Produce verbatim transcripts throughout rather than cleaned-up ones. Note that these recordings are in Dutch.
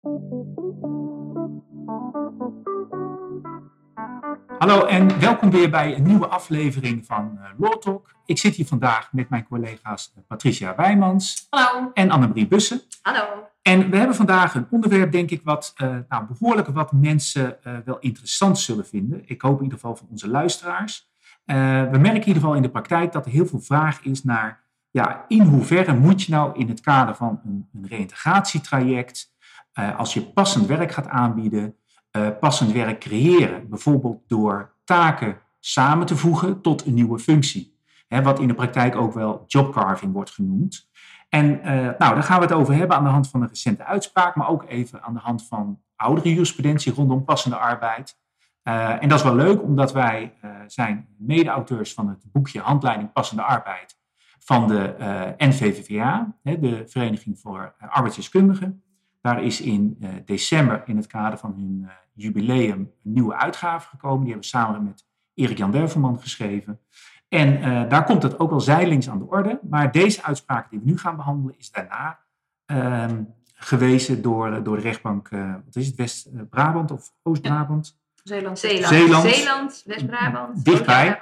Hallo en welkom weer bij een nieuwe aflevering van uh, Law Talk. Ik zit hier vandaag met mijn collega's Patricia Wijmans. Hallo. En Annemarie Bussen. Hallo. En we hebben vandaag een onderwerp, denk ik, wat uh, nou, behoorlijk wat mensen uh, wel interessant zullen vinden. Ik hoop in ieder geval van onze luisteraars. Uh, we merken in ieder geval in de praktijk dat er heel veel vraag is naar, ja, in hoeverre moet je nou in het kader van een, een reïntegratietraject, uh, als je passend werk gaat aanbieden, uh, passend werk creëren. Bijvoorbeeld door taken samen te voegen tot een nieuwe functie. Hè, wat in de praktijk ook wel jobcarving wordt genoemd. En uh, nou, daar gaan we het over hebben aan de hand van een recente uitspraak, maar ook even aan de hand van oudere jurisprudentie rondom passende arbeid. Uh, en dat is wel leuk, omdat wij uh, zijn mede-auteurs van het boekje Handleiding Passende Arbeid van de uh, N V V V A, hè, de Vereniging voor uh, Arbeidsdeskundigen. Daar is in uh, december in het kader van hun uh, jubileum een nieuwe uitgave gekomen. Die hebben we samen met Erik-Jan Dervelman geschreven. En uh, daar komt het ook al zijdelings aan de orde. Maar deze uitspraak die we nu gaan behandelen is daarna uh, gewezen door, door de rechtbank, uh, wat is het, West-Brabant of Oost-Brabant? Zeeland. Zeeland, Zeeland. Zeeland West-Brabant. Dichtbij.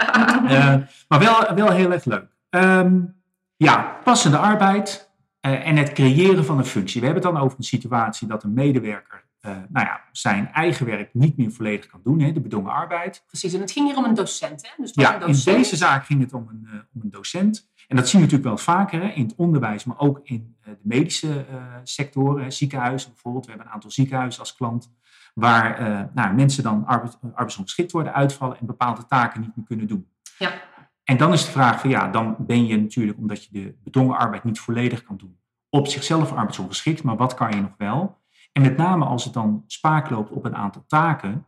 uh, maar wel, wel heel erg leuk. Um, ja, passende arbeid uh, en het creëren van een functie. We hebben het dan over een situatie dat een medewerker uh, nou ja, zijn eigen werk niet meer volledig kan doen, hè, de bedongen arbeid. Precies, en het ging hier om een docent. Hè? Dus ja, een docent. In deze zaak ging het om een, uh, om een docent. En dat zien we natuurlijk wel vaker, hè, in het onderwijs, maar ook in uh, de medische uh, sectoren, hè, ziekenhuizen bijvoorbeeld. We hebben een aantal ziekenhuizen als klant, waar uh, nou, mensen dan arbeid, arbeidsongeschikt worden, uitvallen en bepaalde taken niet meer kunnen doen. Ja. En dan is de vraag van ja, dan ben je natuurlijk, omdat je de bedongen arbeid niet volledig kan doen, op zichzelf arbeidsongeschikt, maar wat kan je nog wel? En met name als het dan spaak loopt op een aantal taken,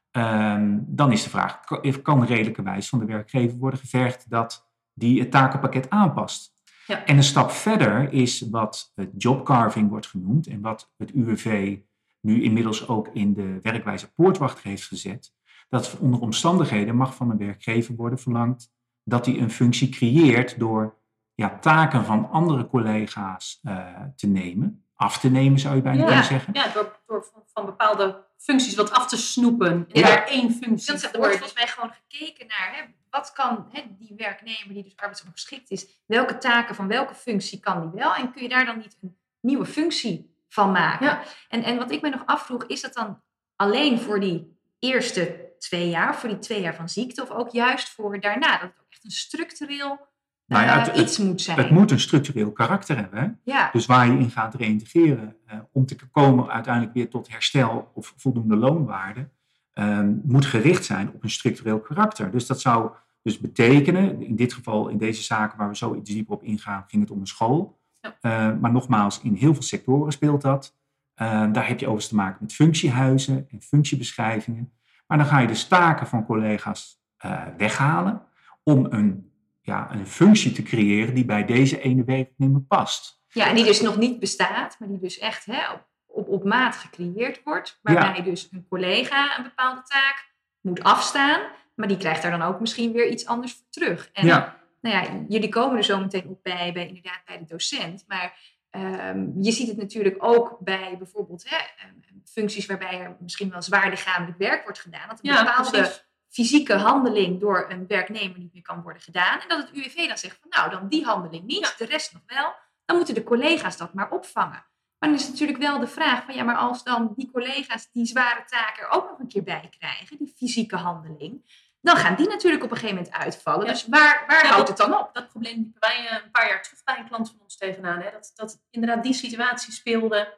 um, dan is de vraag, kan redelijkerwijs van de werkgever worden gevergd dat die het takenpakket aanpast? Ja. En een stap verder is wat het jobcarving wordt genoemd en wat het U W V nu inmiddels ook in de werkwijze poortwachter heeft gezet, dat onder omstandigheden mag van een werkgever worden verlangd dat hij een functie creëert door ja, taken van andere collega's uh, te nemen, af te nemen zou je bijna ja, kunnen zeggen. Ja, door, door van, van bepaalde functies wat af te snoepen en Ja. daar één functie Er voor. wordt volgens mij gewoon gekeken naar, hè, wat kan hè, die werknemer die dus arbeidsongeschikt is, welke taken van welke functie kan die wel en kun je daar dan niet een nieuwe functie van maken? Ja. En, en wat ik me nog afvroeg, is dat dan alleen voor die eerste twee jaar, voor die twee jaar van ziekte of ook juist voor daarna, dat het ook echt een structureel Nou ja, uh, het, iets het, moet zijn? Het moet een structureel karakter hebben. Hè? Ja. Dus waar je in gaat reïntegreren uh, om te komen uiteindelijk weer tot herstel of voldoende loonwaarde, um, moet gericht zijn op een structureel karakter. Dus dat zou dus betekenen, in dit geval, in deze zaken waar we zo iets dieper op ingaan, ging het om een school. Ja. Uh, maar nogmaals, in heel veel sectoren speelt dat. Uh, daar heb je overigens te maken met functiehuizen en functiebeschrijvingen. Maar dan ga je dus taken van collega's uh, weghalen om een, ja, een functie te creëren die bij deze ene werknemer past. Ja, en die dus nog niet bestaat, maar die dus echt hè, op, op, op maat gecreëerd wordt. Waarbij Ja. dus een collega een bepaalde taak moet afstaan, maar die krijgt daar dan ook misschien weer iets anders voor terug. En Ja. nou ja, jullie komen er zo meteen op bij, bij inderdaad bij de docent, maar um, je ziet het natuurlijk ook bij bijvoorbeeld hè, functies waarbij er misschien wel zwaar lichamelijk werk wordt gedaan. Dat een Ja, bepaalde precies. fysieke handeling door een werknemer niet meer kan worden gedaan. En dat het U W V dan zegt van nou, dan die handeling niet, Ja. de rest nog wel. Dan moeten de collega's dat maar opvangen. Maar dan is natuurlijk wel de vraag van ja, maar als dan die collega's die zware taken er ook nog een keer bij krijgen, die fysieke handeling, dan gaan die natuurlijk op een gegeven moment uitvallen. Ja. Dus waar, waar Ja, houdt dat- het dan op? Dat probleem liepen wij eh, een paar jaar terug bij een klant van ons tegenaan. Hè? Dat, dat inderdaad die situatie speelde.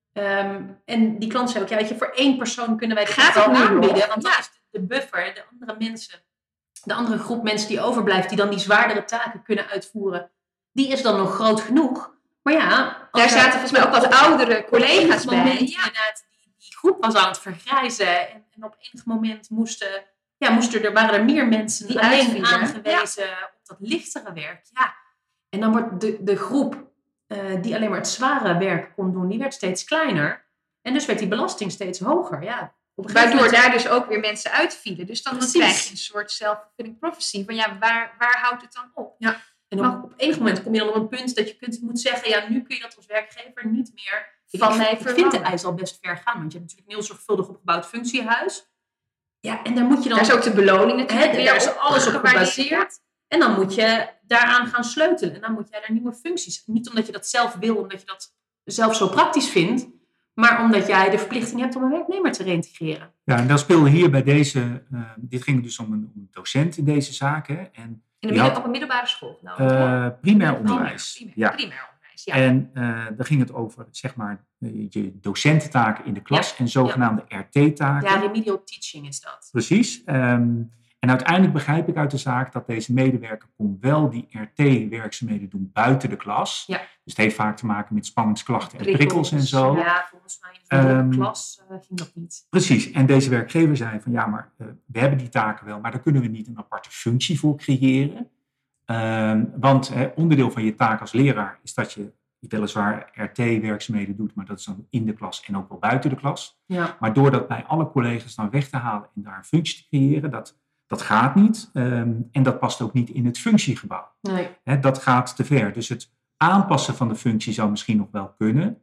Um, en die klant zei ook, ja, weet je, voor één persoon kunnen wij dit Gaat wel het nu nog? aanbieden. Want dan Ja. is de, de buffer, de andere mensen, de andere groep mensen die overblijft, die dan die zwaardere taken kunnen uitvoeren, die is dan nog groot genoeg. Maar ja, als Daar er- zaten volgens mij ook wat oudere collega's op enig moment bij. Ja. inderdaad, die, die groep was aan het vergrijzen. En, en op enig moment moesten, ja, moesten er, waren er meer mensen Die alleen uitvielen. aangewezen op dat lichtere werk. Ja. En dan wordt de, de groep uh, die alleen maar het zware werk kon doen, die werd steeds kleiner. En dus werd die belasting steeds hoger. Ja, op een gegeven Waardoor moment- daar dus ook weer mensen uitvielen. Dus dan Precies. krijg je een soort self-fulfilling prophecy. Van ja, waar, waar houdt het dan op? En op, op enig moment kom je dan op een punt dat je kunt, moet zeggen, ja, nu kun je dat als werkgever niet meer van ik, mij ik verwachten. vind de eis al best ver gaan. Want je hebt natuurlijk een heel zorgvuldig opgebouwd functiehuis. Ja, en daar moet je dan... Daar is ook de beloning natuurlijk Hè, weer daar is op alles op gewaardeerd. gebaseerd. En dan moet je daaraan gaan sleutelen. En dan moet jij daar nieuwe functies. Niet omdat je dat zelf wil, omdat je dat zelf zo praktisch vindt. Maar omdat jij de verplichting hebt om een werknemer te reintegreren. Ja, en dan speelde hier bij deze... Uh, dit ging dus om een, om een docent in deze zaak. Hè, en In een die had, op een middelbare school geloof ik. uh, Ja. primair onderwijs. Primair, ja. primair onderwijs, ja. En uh, dan ging het over, zeg maar, uh, je docententaken in de klas. Ja. En zogenaamde ja. R T-taken. Ja, remedial teaching is dat. Precies. Um, En uiteindelijk begrijp ik uit de zaak dat deze medewerker kon wel die R T-werkzaamheden doen buiten de klas. Ja. Dus het heeft vaak te maken met spanningsklachten en Prikkels, prikkels en zo. Ja, volgens mij in de Um, klas uh, ging dat niet. Precies. En deze werkgever zei van ja, maar uh, we hebben die taken wel, maar daar kunnen we niet een aparte functie voor creëren. Um, want uh, onderdeel van je taak als leraar is dat je weliswaar R T-werkzaamheden doet, maar dat is dan in de klas en ook wel buiten de klas. Ja. Maar door dat bij alle collega's dan weg te halen en daar een functie te creëren, dat... Dat gaat niet um, en dat past ook niet in het functiegebouw. Nee. He, dat gaat te ver. Dus het aanpassen van de functie zou misschien nog wel kunnen.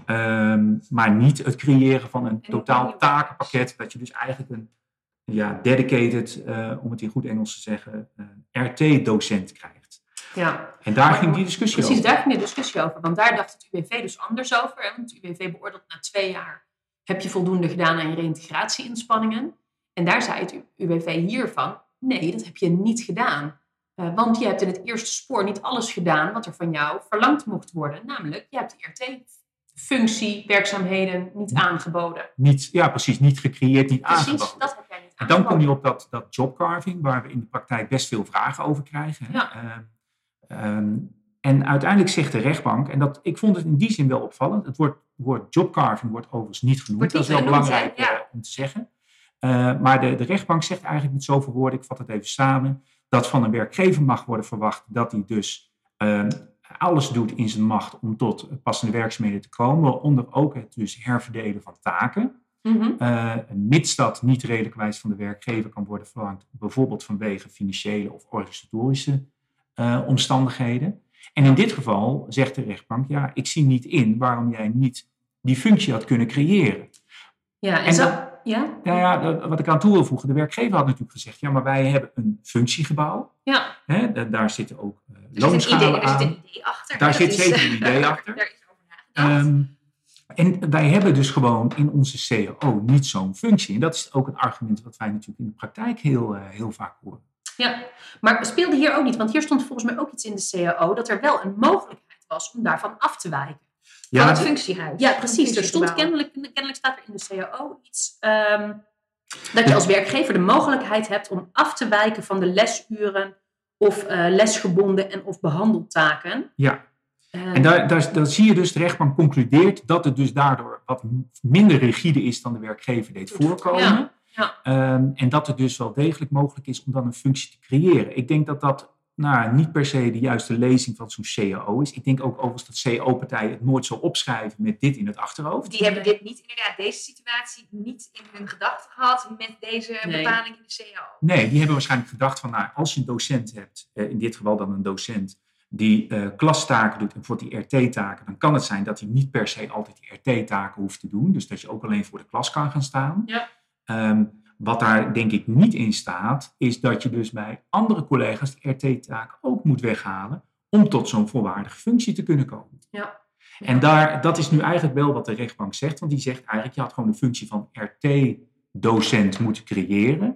Um, maar niet het creëren van een totaal takenpakket. Dat je dus eigenlijk een ja, dedicated, uh, om het in goed Engels te zeggen, uh, R T-docent krijgt. Ja. En daar maar, ging die discussie precies, over. Precies, daar ging de discussie over. Want daar dacht het U W V dus anders over. Hè? Want het U W V beoordeelt na twee jaar, heb je voldoende gedaan aan je reïntegratie-inspanningen? En daar zei het U W V hiervan, nee, dat heb je niet gedaan. Uh, want je hebt in het eerste spoor niet alles gedaan wat er van jou verlangd mocht worden. Namelijk, je hebt de R T-functie, werkzaamheden niet aangeboden. Niet, ja, precies, niet gecreëerd, niet precies, aangeboden. Precies, dat heb jij niet aangeboden. En dan aangeboden. kom je op dat, dat jobcarving, waar we in de praktijk best veel vragen over krijgen. Hè? Ja. Uh, um, en uiteindelijk zegt de rechtbank, en dat, ik vond het in die zin wel opvallend, het woord, woord jobcarving wordt overigens niet genoemd. Wordt dat niet is wel genoemd, belangrijk hè? Ja. uh, om te zeggen. Uh, maar de, de rechtbank zegt eigenlijk met zoveel woorden, ik vat het even samen, dat van een werkgever mag worden verwacht dat hij dus uh, alles doet in zijn macht om tot passende werkzaamheden te komen, waaronder ook het dus herverdelen van taken. Mm-hmm. Uh, mits dat niet redelijkwijs van de werkgever kan worden verlangd, bijvoorbeeld vanwege financiële of organisatorische uh, omstandigheden. En in dit geval zegt de rechtbank, ja, ik zie niet in waarom jij niet die functie had kunnen creëren. Ja, en, en zo... dat, Ja? Nou ja, wat ik aan toe wil voegen, de werkgever had natuurlijk gezegd, ja, maar wij hebben een functiegebouw. Ja. Hè, daar zitten ook uh, er loonschalen aan. aan. Er zit een idee achter. Daar dat zit is, zeker een idee achter. Daar is over nagedacht. Um, en wij hebben dus gewoon in onze C A O niet zo'n functie. En dat is ook een argument wat wij natuurlijk in de praktijk heel, uh, heel vaak horen. Ja, maar speelde hier ook niet, want hier stond volgens mij ook iets in de C A O, dat er wel een mogelijkheid was om daarvan af te wijken. Van Ja, het de- functiehuis. Ja, precies. Er stond Functiegebouw. kennelijk, kennelijk staat er in de C A O iets um, dat je als werkgever de mogelijkheid hebt om af te wijken van de lesuren of uh, lesgebonden en of behandeltaken. Ja. Uh, En daar, daar, daar zie je dus, de rechtbank concludeert dat het dus daardoor wat minder rigide is dan de werkgever deed voorkomen. Ja, ja. Um, en dat het dus wel degelijk mogelijk is om dan een functie te creëren. Ik denk dat dat nou, niet per se de juiste lezing van zo'n C A O is. Ik denk ook overigens dat C A O-partijen het nooit zo opschrijven met dit in het achterhoofd. Die hebben dit niet, inderdaad, deze situatie niet in hun gedachten gehad met deze Nee. bepaling in de C A O. Nee, die hebben waarschijnlijk gedacht van, nou, als je een docent hebt, uh, in dit geval dan een docent, die uh, klastaken doet en voor die R T-taken, dan kan het zijn dat hij niet per se altijd die R T-taken hoeft te doen. Dus dat je ook alleen voor de klas kan gaan staan. Ja. Um, wat daar denk ik niet in staat, is dat je dus bij andere collega's de R T-taken ook moet weghalen om tot zo'n volwaardige functie te kunnen komen. Ja. En daar, dat is nu eigenlijk wel wat de rechtbank zegt, want die zegt eigenlijk, je had gewoon de functie van R T-docent moeten creëren.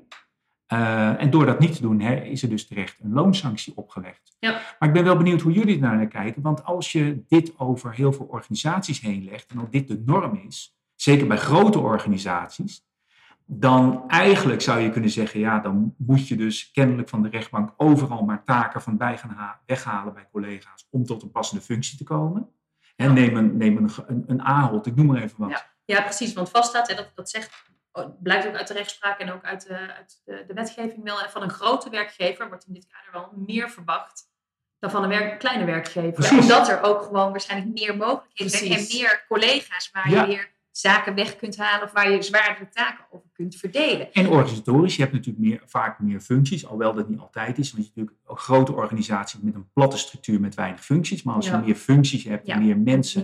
Uh, en door dat niet te doen, hè, is er dus terecht een loonsanctie opgelegd. Ja. Maar ik ben wel benieuwd hoe jullie daar naar kijken, want als je dit over heel veel organisaties heen legt en als dit de norm is, zeker bij grote organisaties, dan eigenlijk zou je kunnen zeggen, ja, dan moet je dus kennelijk van de rechtbank overal maar taken van bij gaan ha- weghalen bij collega's om tot een passende functie te komen. En neem een, neem een, een, een Ahold, ik noem maar even wat. Ja. Ja, precies. Want vaststaat, hè, dat, dat zegt, blijkt ook uit de rechtspraak en ook uit de, uit de, de wetgeving wel. Van een grote werkgever wordt in dit kader wel meer verwacht dan van een werk, kleine werkgever. Precies. Ja, omdat er ook gewoon waarschijnlijk meer mogelijkheden zijn en Precies. meer collega's waar Ja. je weer zaken weg kunt halen of waar je zwaardere taken over kunt verdelen. En organisatorisch, je hebt natuurlijk meer, vaak meer functies, alhoewel dat niet altijd is. Want je hebt natuurlijk een grote organisatie met een platte structuur met weinig functies. Maar als Ja. je meer functies hebt en Ja. meer mensen, Meer mogelijkheden.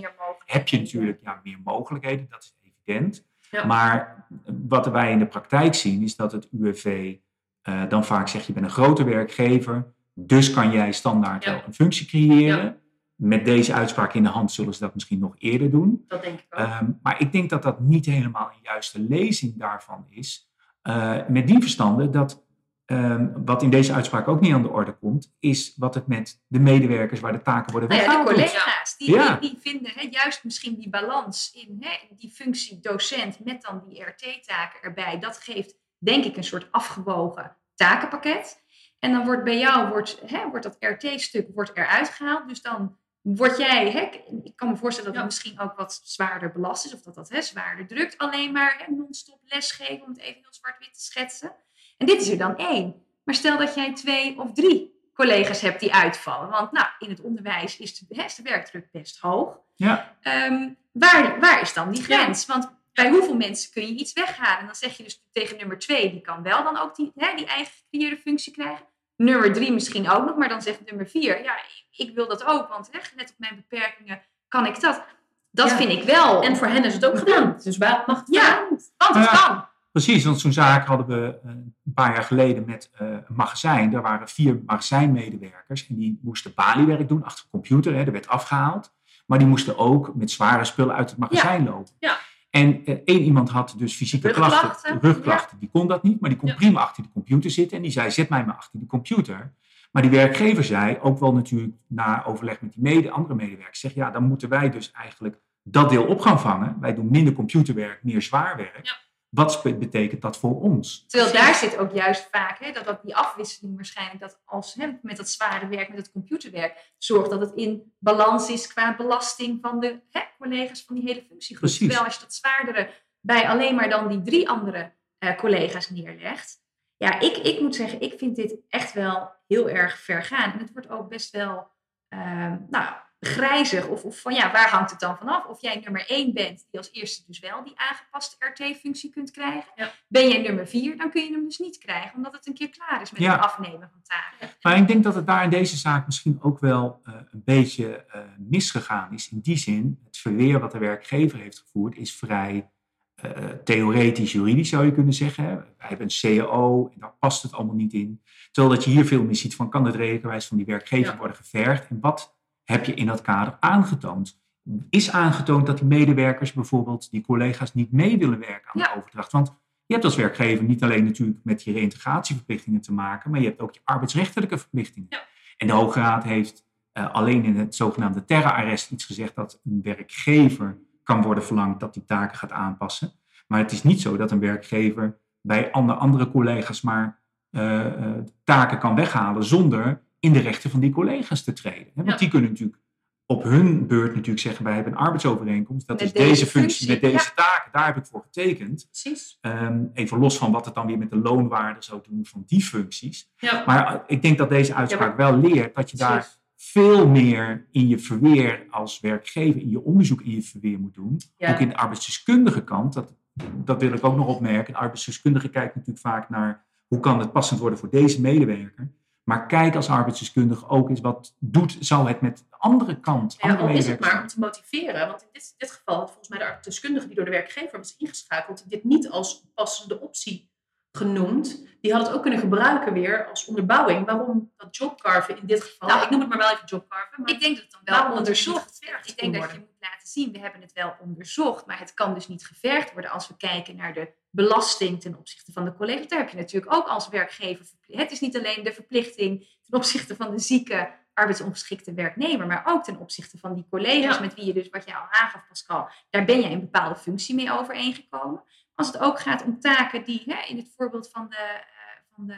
heb je natuurlijk ja, meer mogelijkheden, dat is evident. Ja. Maar wat wij in de praktijk zien is dat het U W V uh, dan vaak zegt, je bent een grote werkgever, dus kan jij standaard Ja. wel een functie creëren. Ja. Met deze uitspraak in de hand zullen ze dat misschien nog eerder doen. Dat denk ik ook. Um, maar ik denk dat dat niet helemaal een juiste lezing daarvan is. Uh, met die verstande dat um, wat in deze uitspraak ook niet aan de orde komt, is wat het met de medewerkers waar de taken worden nou ja, weggehaald. de collega's, die, Ja. die, die vinden hè, juist misschien die balans in hè, die functie docent met dan die R T-taken erbij. Dat geeft denk ik een soort afgewogen takenpakket. En dan wordt bij jou wordt, hè, wordt dat R T-stuk wordt eruit gehaald. Dus dan word jij, hè, ik kan me voorstellen dat het Ja. misschien ook wat zwaarder belast is. Of dat dat hè, zwaarder drukt. Alleen maar hè, non-stop lesgeven om het even heel zwart-wit te schetsen. En dit is er dan één. Maar stel dat jij twee of drie collega's hebt die uitvallen. Want nou, in het onderwijs is de, hè, is de werkdruk best hoog. Ja. Um, waar, waar is dan die grens? Ja. Want bij hoeveel mensen kun je iets weghalen? En dan zeg je dus tegen nummer twee, die kan wel dan ook die, hè, die eigen gecreëerde functie krijgen. Nummer drie misschien ook nog, maar dan zegt nummer vier, ja, ik, ik wil dat ook, want hè, net op mijn beperkingen kan ik dat. Dat Ja. vind ik wel. En voor hen is het ook gedaan. Dus waarom mag het voor Ja, hen niet? want het Ja. kan. Precies, want zo'n zaak hadden we een paar jaar geleden met uh, een magazijn. Er waren vier magazijnmedewerkers en die moesten baliewerk doen achter de computer. Hè, er werd afgehaald. Maar die moesten ook met zware spullen uit het magazijn Ja. lopen. Ja. En uh, één iemand had dus fysieke Rugklachten. klachten, rugklachten. Die kon dat niet, maar die kon Ja. prima achter de computer zitten. En die zei, zet mij maar achter die computer. Maar die werkgever zei, ook wel natuurlijk na overleg met die mede, andere medewerkers, zegt ja, dan moeten wij dus eigenlijk dat deel op gaan vangen. Wij doen minder computerwerk, meer zwaar werk. Ja. Wat betekent dat voor ons? Terwijl daar zit ook juist vaak hè, dat, dat die afwisseling waarschijnlijk dat als hè, met dat zware werk, met het computerwerk, zorgt dat het in balans is qua belasting van de hè, collega's van die hele functiegroep. Precies. Terwijl als je dat zwaardere bij alleen maar dan die drie andere uh, collega's neerlegt. Ja, ik, ik moet zeggen, ik vind dit echt wel heel erg ver gaan. En het wordt ook best wel uh, nou, grijzig. Of, of van ja, waar hangt het dan vanaf? Of jij nummer één bent, die als eerste dus wel die aangepaste R T-functie kunt krijgen. Ja. Ben jij nummer vier, dan kun je hem dus niet krijgen. Omdat het een keer klaar is met Ja. het afnemen van taken. Maar ik denk dat het daar in deze zaak misschien ook wel uh, een beetje uh, misgegaan is. In die zin, het verweer wat de werkgever heeft gevoerd is vrij uh, theoretisch, juridisch zou je kunnen zeggen. Wij hebben een C A O en daar past het allemaal niet in. Terwijl dat je hier veel meer ziet van, kan het redelijkerwijs van die werkgever Ja. worden gevergd? En wat heb je in dat kader aangetoond? Is aangetoond dat die medewerkers bijvoorbeeld, die collega's, niet mee willen werken aan Ja. de overdracht? Want je hebt als werkgever niet alleen natuurlijk met je reïntegratieverplichtingen te maken, maar je hebt ook je arbeidsrechtelijke verplichtingen. Ja. En de Hoge Raad heeft uh, alleen in het zogenaamde terra-arrest iets gezegd dat een werkgever kan worden verlangd dat die taken gaat aanpassen. Maar het is niet zo dat een werkgever bij andere, andere collega's maar uh, uh, taken kan weghalen zonder in de rechten van die collega's te treden. Hè? Want Ja. die kunnen natuurlijk op hun beurt natuurlijk zeggen, wij hebben een arbeidsovereenkomst, dat Met is deze, deze functie, functie, met deze taken, daar heb ik voor getekend. Precies. Um, even los van wat het dan weer met de loonwaarde zou doen van die functies. Ja. Maar uh, ik denk dat deze uitspraak Ja, wel leert dat je daar Precies. veel meer in je verweer als werkgever, in je onderzoek in je verweer moet doen. Ja. Ook in de arbeidsdeskundige kant, dat, dat wil ik ook nog opmerken. De arbeidsdeskundige kijkt natuurlijk vaak naar hoe kan het passend worden voor deze medewerker. Maar kijk als arbeidsdeskundige ook eens wat doet, zou het met de andere kant, Ja, andere al is het medewerkers maar om te motiveren. Want in dit, dit geval had volgens mij de arbeidsdeskundige die door de werkgever was ingeschakeld, dit niet als passende optie genoemd. Die had het ook kunnen gebruiken weer als onderbouwing. Waarom dat jobcarven in dit geval, Nou, ik noem het maar wel even jobcarven. Maar Ik denk dat het dan waarom wel het dus onderzocht niet gevergd Ik denk kon dat je worden. moet laten zien, we hebben het wel onderzocht, maar het kan dus niet gevergd worden als we kijken naar de belasting ten opzichte van de collega's. Daar heb je natuurlijk ook als werkgever, het is niet alleen de verplichting ten opzichte van de zieke, arbeidsongeschikte werknemer, maar ook ten opzichte van die collega's Ja. met wie je dus, wat je al aangaf Pascal, daar ben je een bepaalde functie mee overeengekomen. Als het ook gaat om taken die hè, in het voorbeeld van de, uh, van de,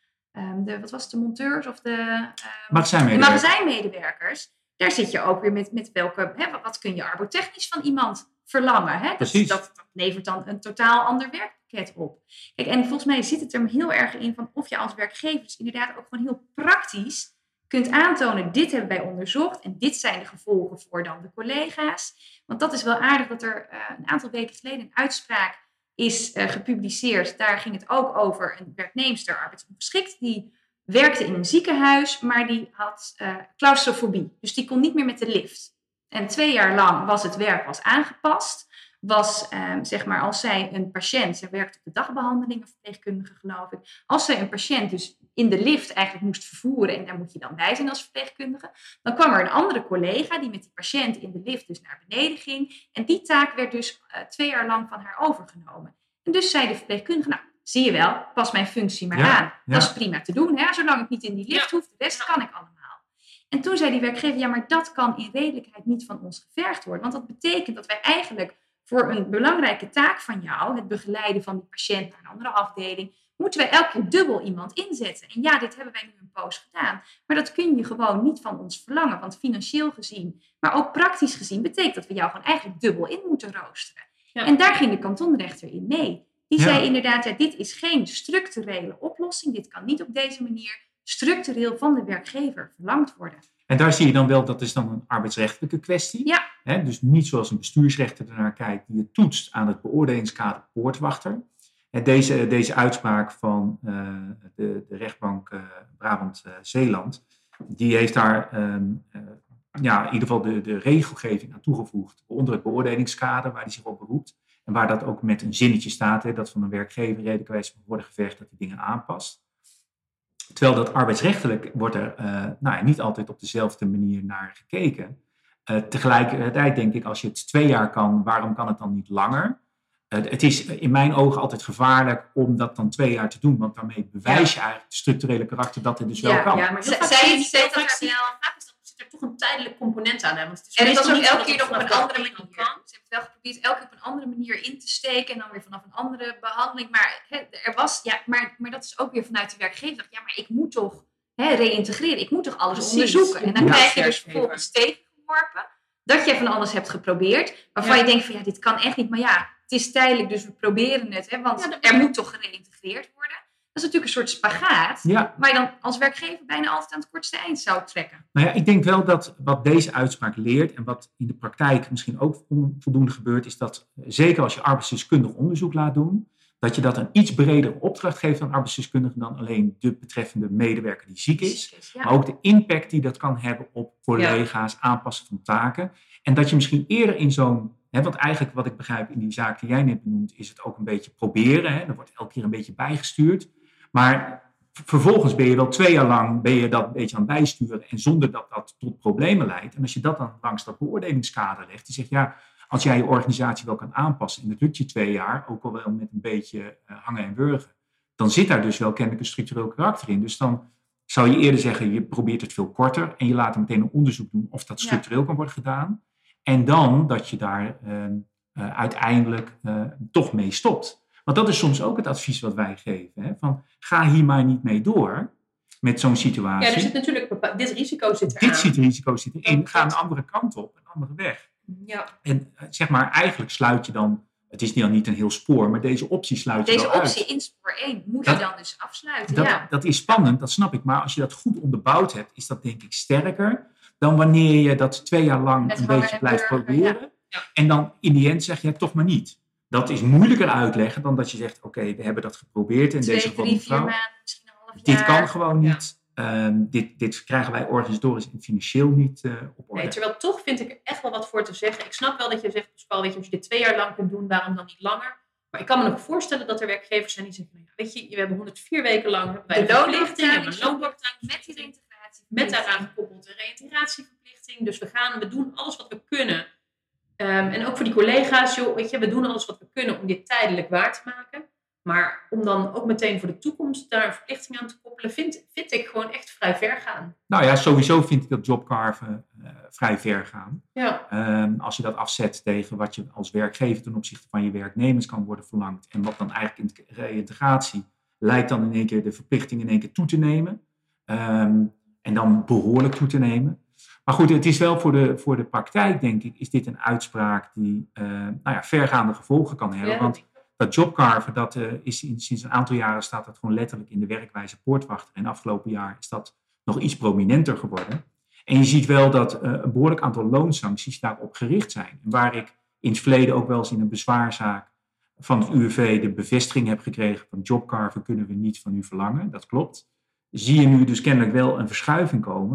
um, de, wat was het, de monteurs of de, um, de Magazijnmedewerkers. magazijnmedewerkers, daar zit je ook weer met, met welke, hè, wat, wat kun je arbotechnisch van iemand verlangen. Hè? Dat, Precies. dat, dat levert dan een totaal ander werkpakket op. Kijk, en volgens mij zit het er heel erg in van of je als werkgever dus inderdaad ook gewoon heel praktisch kunt aantonen, dit hebben wij onderzocht en dit zijn de gevolgen voor dan de collega's. Want dat is wel aardig dat er uh, een aantal weken geleden een uitspraak is uh, gepubliceerd. Daar ging het ook over een werknemster arbeidsongeschikt die werkte in een ziekenhuis, maar die had uh, claustrofobie. Dus die kon niet meer met de lift. En twee jaar lang was het werk was aangepast. Was, um, zeg maar, als zij een patiënt, zij werkt op de dagbehandeling, een verpleegkundige geloof ik. Als zij een patiënt dus in de lift eigenlijk moest vervoeren, en daar moet je dan bij zijn als verpleegkundige, dan kwam er een andere collega die met die patiënt in de lift dus naar beneden ging. En die taak werd dus uh, twee jaar lang van haar overgenomen. En dus zei de verpleegkundige, nou, zie je wel, pas mijn functie maar Ja, aan. ja. Dat is prima te doen, hè? Zolang ik niet in die lift Ja. hoef, de rest kan ik allemaal. En toen zei die werkgever, ja, maar dat kan in redelijkheid niet van ons gevergd worden. Want dat betekent dat wij eigenlijk voor een belangrijke taak van jou, het begeleiden van die patiënt naar een andere afdeling, moeten wij elke keer dubbel iemand inzetten. En ja, dit hebben wij nu een poos gedaan. Maar dat kun je gewoon niet van ons verlangen. Want financieel gezien, maar ook praktisch gezien, betekent dat we jou gewoon eigenlijk dubbel in moeten roosteren. Ja. En daar ging de kantonrechter in mee. Die Ja. zei inderdaad, ja, dit is geen structurele oplossing. Dit kan niet op deze manier structureel van de werkgever verlangd worden. En daar zie je dan wel, dat is dan een arbeidsrechtelijke kwestie. Ja. Hè, dus niet zoals een bestuursrechter ernaar kijkt, die het toetst aan het beoordelingskader poortwachter. En deze, deze uitspraak van uh, de, de rechtbank uh, Brabant-Zeeland, uh, die heeft daar um, uh, ja, in ieder geval de, de regelgeving aan toegevoegd onder het beoordelingskader waar hij zich op beroept. En waar dat ook met een zinnetje staat, hè, dat van een werkgever redelijkerwijs moet worden gevergd dat hij dingen aanpast. Terwijl dat arbeidsrechtelijk wordt er uh, nou, niet altijd op dezelfde manier naar gekeken. Uh, tegelijkertijd denk ik, als je het twee jaar kan, waarom kan het dan niet langer? Uh, het is in mijn ogen altijd gevaarlijk om dat dan twee jaar te doen. Want daarmee bewijs je eigenlijk het structurele karakter dat het dus Ja, wel kan. Ja, maar heel Zij- vaak zij- zie je- zij- heel vaak dat zie je- wel- vaak is dat- zit er toch een tijdelijk component aan. Hè? Want het is En het was meestal ook niet zo elke dat keer het nog op een vanaf andere dag één manier. al kan. Ze hebben het wel geprobeerd elke keer op een andere manier in te steken. En dan weer vanaf een andere behandeling. Maar hè, er was, ja, maar, maar dat is ook weer vanuit de werkgever. Ja, maar ik moet toch hè, reïntegreren. Ik moet toch alles Precies. onderzoeken. En dan Ja. krijg je dus Werkgever. vervolgens tegengeworpen. Dat je van alles hebt geprobeerd. Waarvan Ja. je denkt van ja, dit kan echt niet. Maar ja, het is tijdelijk, dus we proberen het. Hè, want Ja, dat- er moet toch gereïntegreerd worden. Dat is natuurlijk een soort spagaat. Ja, Waar je dan als werkgever bijna altijd aan het kortste eind zou trekken. nou ja, ik denk wel dat wat deze uitspraak leert en wat in de praktijk misschien ook onvoldoende gebeurt, is dat uh, zeker als je arbeidsdeskundig onderzoek laat doen, dat je dat een iets bredere opdracht geeft aan arbeidsdeskundigen dan alleen de betreffende medewerker die ziek is. Ja. Maar ook de impact die dat kan hebben op collega's, aanpassen van taken. En dat je misschien eerder in zo'n, hè, want eigenlijk wat ik begrijp in die zaak die jij net benoemt, is het ook een beetje proberen. Hè. Er wordt elke keer een beetje bijgestuurd. Maar vervolgens ben je wel twee jaar lang ben je dat een beetje aan het bijsturen en zonder dat dat tot problemen leidt. En als je dat dan langs dat beoordelingskader legt, die zegt ja, als jij je organisatie wel kan aanpassen en dat lukt je twee jaar, ook al wel met een beetje uh, hangen en wurgen, dan zit daar dus wel kennelijk een structureel karakter in. Dus dan zou je eerder zeggen, je probeert het veel korter en je laat er meteen een onderzoek doen of dat structureel ja. kan worden gedaan. En dan dat je daar uh, uh, uiteindelijk uh, toch mee stopt. Want dat is soms ook het advies wat wij geven. Hè? Van, ga hier maar niet mee door met zo'n situatie. Ja, er zit natuurlijk bepaald, dit risico zit eraan. Dit zit risico zit erin. Ga een andere kant op, een andere weg. Ja. En zeg maar, eigenlijk sluit je dan, het is dan niet een heel spoor, maar deze optie sluit je Deze wel optie uit. in spoor één moet Dat- je dan dus afsluiten. Dat, ja. dat is spannend, dat snap ik. Maar als je dat goed onderbouwd hebt, is dat denk ik sterker dan wanneer je dat twee jaar lang Met een hangen beetje en blijft wurgen, proberen. Ja. En dan in die end zeg je toch maar niet. Dat is moeilijker uitleggen dan dat je zegt, oké, okay, we hebben dat geprobeerd. In Twee, deze geval drie, vier mevrouw. maanden, misschien een half jaar. Dit kan gewoon Ja. niet. Um, dit, dit krijgen wij organisatorisch en financieel niet uh, op orde. Nee, terwijl toch vind ik er echt wel wat voor te zeggen. Ik snap wel dat je zegt, Pascal, weet je, als je dit twee jaar lang kunt doen, waarom dan niet langer? Maar ik kan me nog voorstellen dat er werkgevers zijn die zeggen, nou ja, weet je, we hebben honderdvier weken lang hebben wij De een verplichting, we hebben een loondoorbetalingverplichting loondoorbetalingverplichting, met die reintegratie. met daaraan gekoppeld een reïntegratieverplichting. Dus we gaan, we doen alles wat we kunnen. Um, en ook voor die collega's, joh, weet je, we doen alles wat we kunnen om dit tijdelijk waar te maken. Maar om dan ook meteen voor de toekomst daar een verplichting aan te koppelen, vind, vind ik gewoon echt vrij ver gaan. Nou ja, sowieso vind ik dat jobcarven uh, vrij ver gaan. Ja. Um, als je dat afzet tegen wat je als werkgever ten opzichte van je werknemers kan worden verlangd. En wat dan eigenlijk in de reïntegratie lijkt dan in één keer de verplichting in één keer toe te nemen. Um, en dan behoorlijk toe te nemen. Maar goed, het is wel voor de, voor de praktijk, denk ik, is dit een uitspraak die uh, nou ja, vergaande gevolgen kan hebben. Ja, Want dat jobcarven, dat uh, is in, sinds een aantal jaren staat dat gewoon letterlijk in de werkwijze poortwachter. En afgelopen jaar is dat nog iets prominenter geworden. En je ziet wel dat uh, een behoorlijk aantal loonsancties daarop gericht zijn. En waar ik in het verleden ook wel eens in een bezwaarzaak van het U W V de bevestiging heb gekregen van jobcarven kunnen we niet van u verlangen. Dat klopt. Zie je nu dus kennelijk wel een verschuiving komen.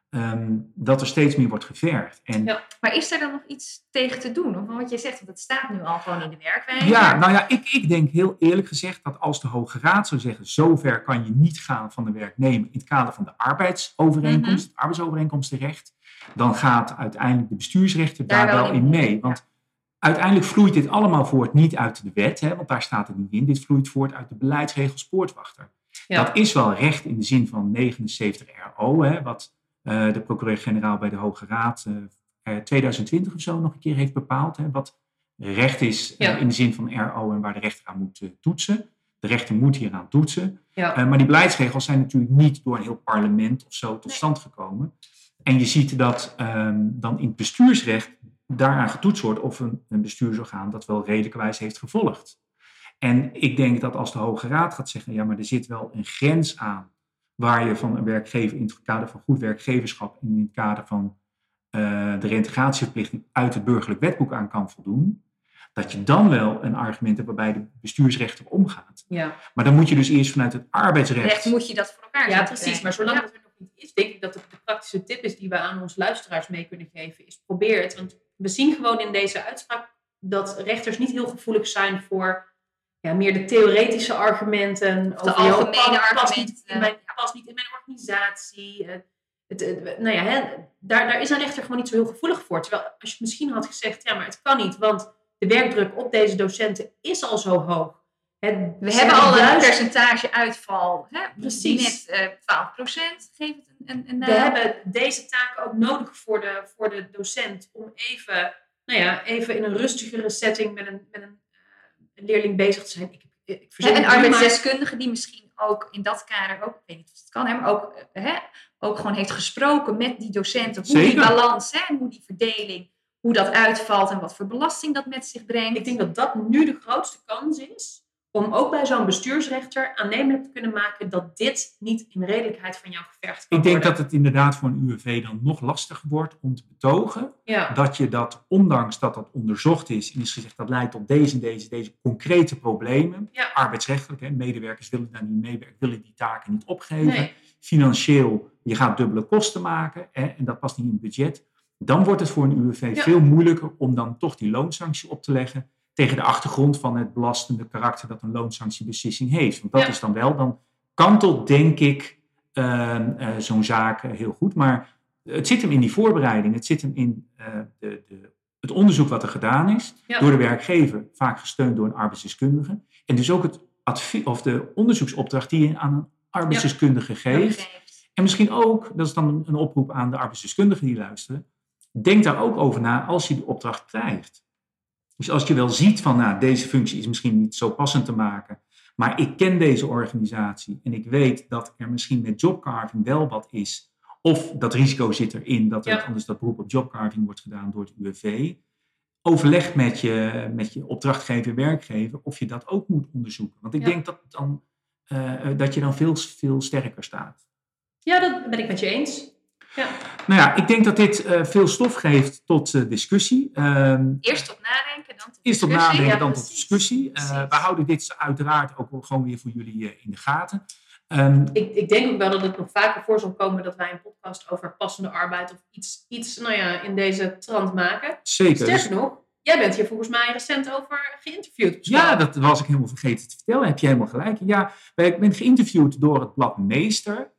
um, dat er steeds meer wordt gevergd. En, Ja. Maar is er dan nog iets tegen te doen? Of wat je zegt, want het staat nu al gewoon in de werkwijze. Ja, nou ja, ik, ik denk heel eerlijk gezegd dat als de Hoge Raad zou zeggen, zover kan je niet gaan van de werknemer in het kader van de arbeidsovereenkomst, Mm-hmm. het arbeidsovereenkomstenrecht, dan gaat uiteindelijk de bestuursrechter daar, Daar wel wel in in mee. mee, Want uiteindelijk vloeit dit allemaal voort niet uit de wet, hè, want daar staat het niet in. Dit vloeit voort uit de beleidsregels Poortwachter. Ja. Dat is wel recht in de zin van negenenzeventig R O, hè, wat uh, de procureur-generaal bij de Hoge Raad uh, twintig twintig of zo nog een keer heeft bepaald. Hè, wat recht is uh, Ja. in de zin van R O en waar de rechter aan moet uh, toetsen. De rechter moet hieraan toetsen. Ja. Uh, maar die beleidsregels zijn natuurlijk niet door een heel parlement of zo tot Nee. stand gekomen. En je ziet dat um, dan in het bestuursrecht daaraan getoetst wordt of een, een bestuursorgaan dat wel redelijkerwijs heeft gevolgd. En ik denk dat als de Hoge Raad gaat zeggen, ja, maar er zit wel een grens aan waar je van een werkgever in het kader van goed werkgeverschap en in het kader van uh, de reintegratieverplichting uit het burgerlijk wetboek aan kan voldoen, dat je dan wel een argument hebt waarbij de bestuursrechter omgaat. Ja. Maar dan moet je dus eerst vanuit het arbeidsrecht. Recht moet je dat voor elkaar Ja, zetten precies. krijgen. Maar zolang Ja. dat er nog niet is, denk ik dat de, de praktische tip is die we aan onze luisteraars mee kunnen geven, is probeer het. Want we zien gewoon in deze uitspraak dat rechters niet heel gevoelig zijn voor ja, meer de theoretische argumenten. Of de over, joh, algemene past- past argumenten. niet in mijn, past niet in mijn organisatie. Uh, het, uh, nou ja, hè, daar, daar is een rechter gewoon niet zo heel gevoelig voor. Terwijl als je misschien had gezegd, ja, maar het kan niet, want de werkdruk op deze docenten is al zo hoog. Het, We hebben al een juist, percentage uitval. Hè? Precies. Net uh, twaalf procent. Geef het een, een, een We hebben deze taken ook nodig voor de, voor de docent om even, nou ja, even in een rustigere setting met een, met een, uh, een leerling bezig te zijn. Ik, ik Hè, en het nu, arbeidsdeskundige die misschien ook in dat kader, ook, ik weet niet of het kan, hè, maar ook, uh, hè, ook gewoon heeft gesproken met die docenten. Hoe Zeker. die balans hè, en hoe die verdeling, hoe dat uitvalt en wat voor belasting dat met zich brengt. Ik denk dat dat nu de grootste kans is om ook bij zo'n bestuursrechter aannemelijk te kunnen maken dat dit niet in redelijkheid van jou gevergd kan Ik denk worden. dat het inderdaad voor een U W V dan nog lastiger wordt om te betogen Ja. dat je dat, ondanks dat dat onderzocht is en is gezegd dat leidt tot deze en deze, deze concrete problemen, Ja. arbeidsrechtelijk, hè, medewerkers willen daar niet meewerken, willen die taken niet opgeven, Nee. financieel, je gaat dubbele kosten maken hè, en dat past niet in het budget, dan wordt het voor een U W V Ja. veel moeilijker om dan toch die loonsanctie op te leggen tegen de achtergrond van het belastende karakter dat een loonsanctiebeslissing heeft. Want dat Ja. is dan wel, dan kantelt denk ik uh, uh, zo'n zaak uh, heel goed. Maar het zit hem in die voorbereiding, het zit hem in uh, de, de, het onderzoek wat er gedaan is, Ja. door de werkgever, vaak gesteund door een arbeidsdeskundige. En dus ook het advie- of de onderzoeksopdracht die je aan een arbeidsdeskundige geeft. En misschien ook, dat is dan een oproep aan de arbeidsdeskundigen die luisteren, denk daar ook over na als je die opdracht krijgt. Dus als je wel ziet van, nou, deze functie is misschien niet zo passend te maken, maar ik ken deze organisatie en ik weet dat er misschien met jobcarving wel wat is, of dat risico zit erin dat er Ja. anders dat beroep op jobcarving wordt gedaan door het U W V, overleg met je, met je opdrachtgever, werkgever, of je dat ook moet onderzoeken. Want ik Ja. denk dat, dan, uh, dat je dan veel, veel sterker staat. Ja, dat ben ik met je eens. Ja. Nou ja, ik denk dat dit uh, veel stof geeft tot uh, discussie. Um, Eerst tot nadenken, dan tot Eerst tot discussie. nadenken, Ja, dan precies. tot discussie. Uh, Precies. we houden dit uiteraard ook wel gewoon weer voor jullie uh, in de gaten. Um, Ik, ik denk ook wel dat het nog vaker voor zal komen dat wij een podcast over passende arbeid of iets, iets nou ja, in deze trant maken. zeker. Dus, Sterker nog, jij bent hier volgens mij recent over geïnterviewd. op ja, school. dat was ik helemaal vergeten te vertellen. Heb je helemaal gelijk. Ja, ik ben geïnterviewd door het blad Meester.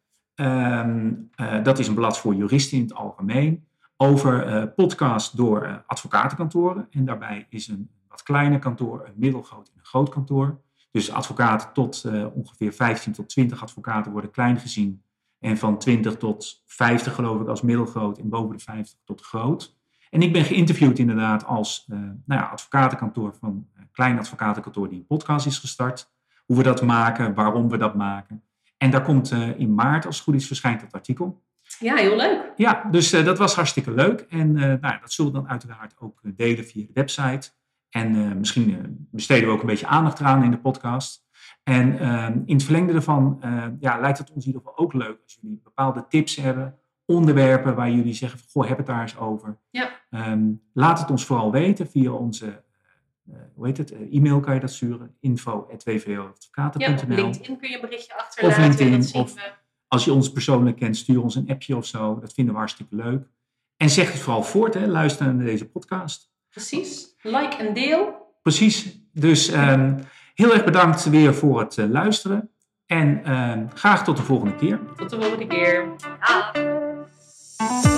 Um, uh, dat is een blad voor juristen in het algemeen. Over uh, podcast door uh, advocatenkantoren. En daarbij is een wat kleiner kantoor, een middelgroot en een groot kantoor. Dus advocaten tot uh, ongeveer vijftien tot twintig advocaten worden klein gezien. En van twintig tot vijftig geloof ik als middelgroot en boven de vijftig tot groot. En ik ben geïnterviewd inderdaad als uh, nou ja, advocatenkantoor van een klein advocatenkantoor die een podcast is gestart. Hoe we dat maken, waarom we dat maken. En daar komt uh, in maart, als het goed is, verschijnt dat artikel. Ja, heel leuk. Ja, dus uh, dat was hartstikke leuk. En uh, nou, dat zullen we dan uiteraard ook uh, delen via de website. En uh, misschien uh, besteden we ook een beetje aandacht eraan in de podcast. En uh, in het verlengde daarvan uh, ja, lijkt het ons in ieder geval ook leuk als jullie bepaalde tips hebben, onderwerpen waar jullie zeggen van, goh, heb het daar eens over. Ja. Um, laat het ons vooral weten via onze uh, hoe heet het, uh, e-mail kan je dat sturen, info at w v o advocaten punt n l. Ja, op LinkedIn kun je een berichtje Of achterlaten. LinkedIn, dat zien of we. Als je ons persoonlijk kent, stuur ons een appje of zo. Dat vinden we hartstikke leuk. En zeg het vooral voort, hè. Luister naar deze podcast. Precies. Like en deel. Precies. Dus um, heel erg bedankt weer voor het uh, luisteren. En uh, graag tot de volgende keer. Tot de volgende keer. Ja.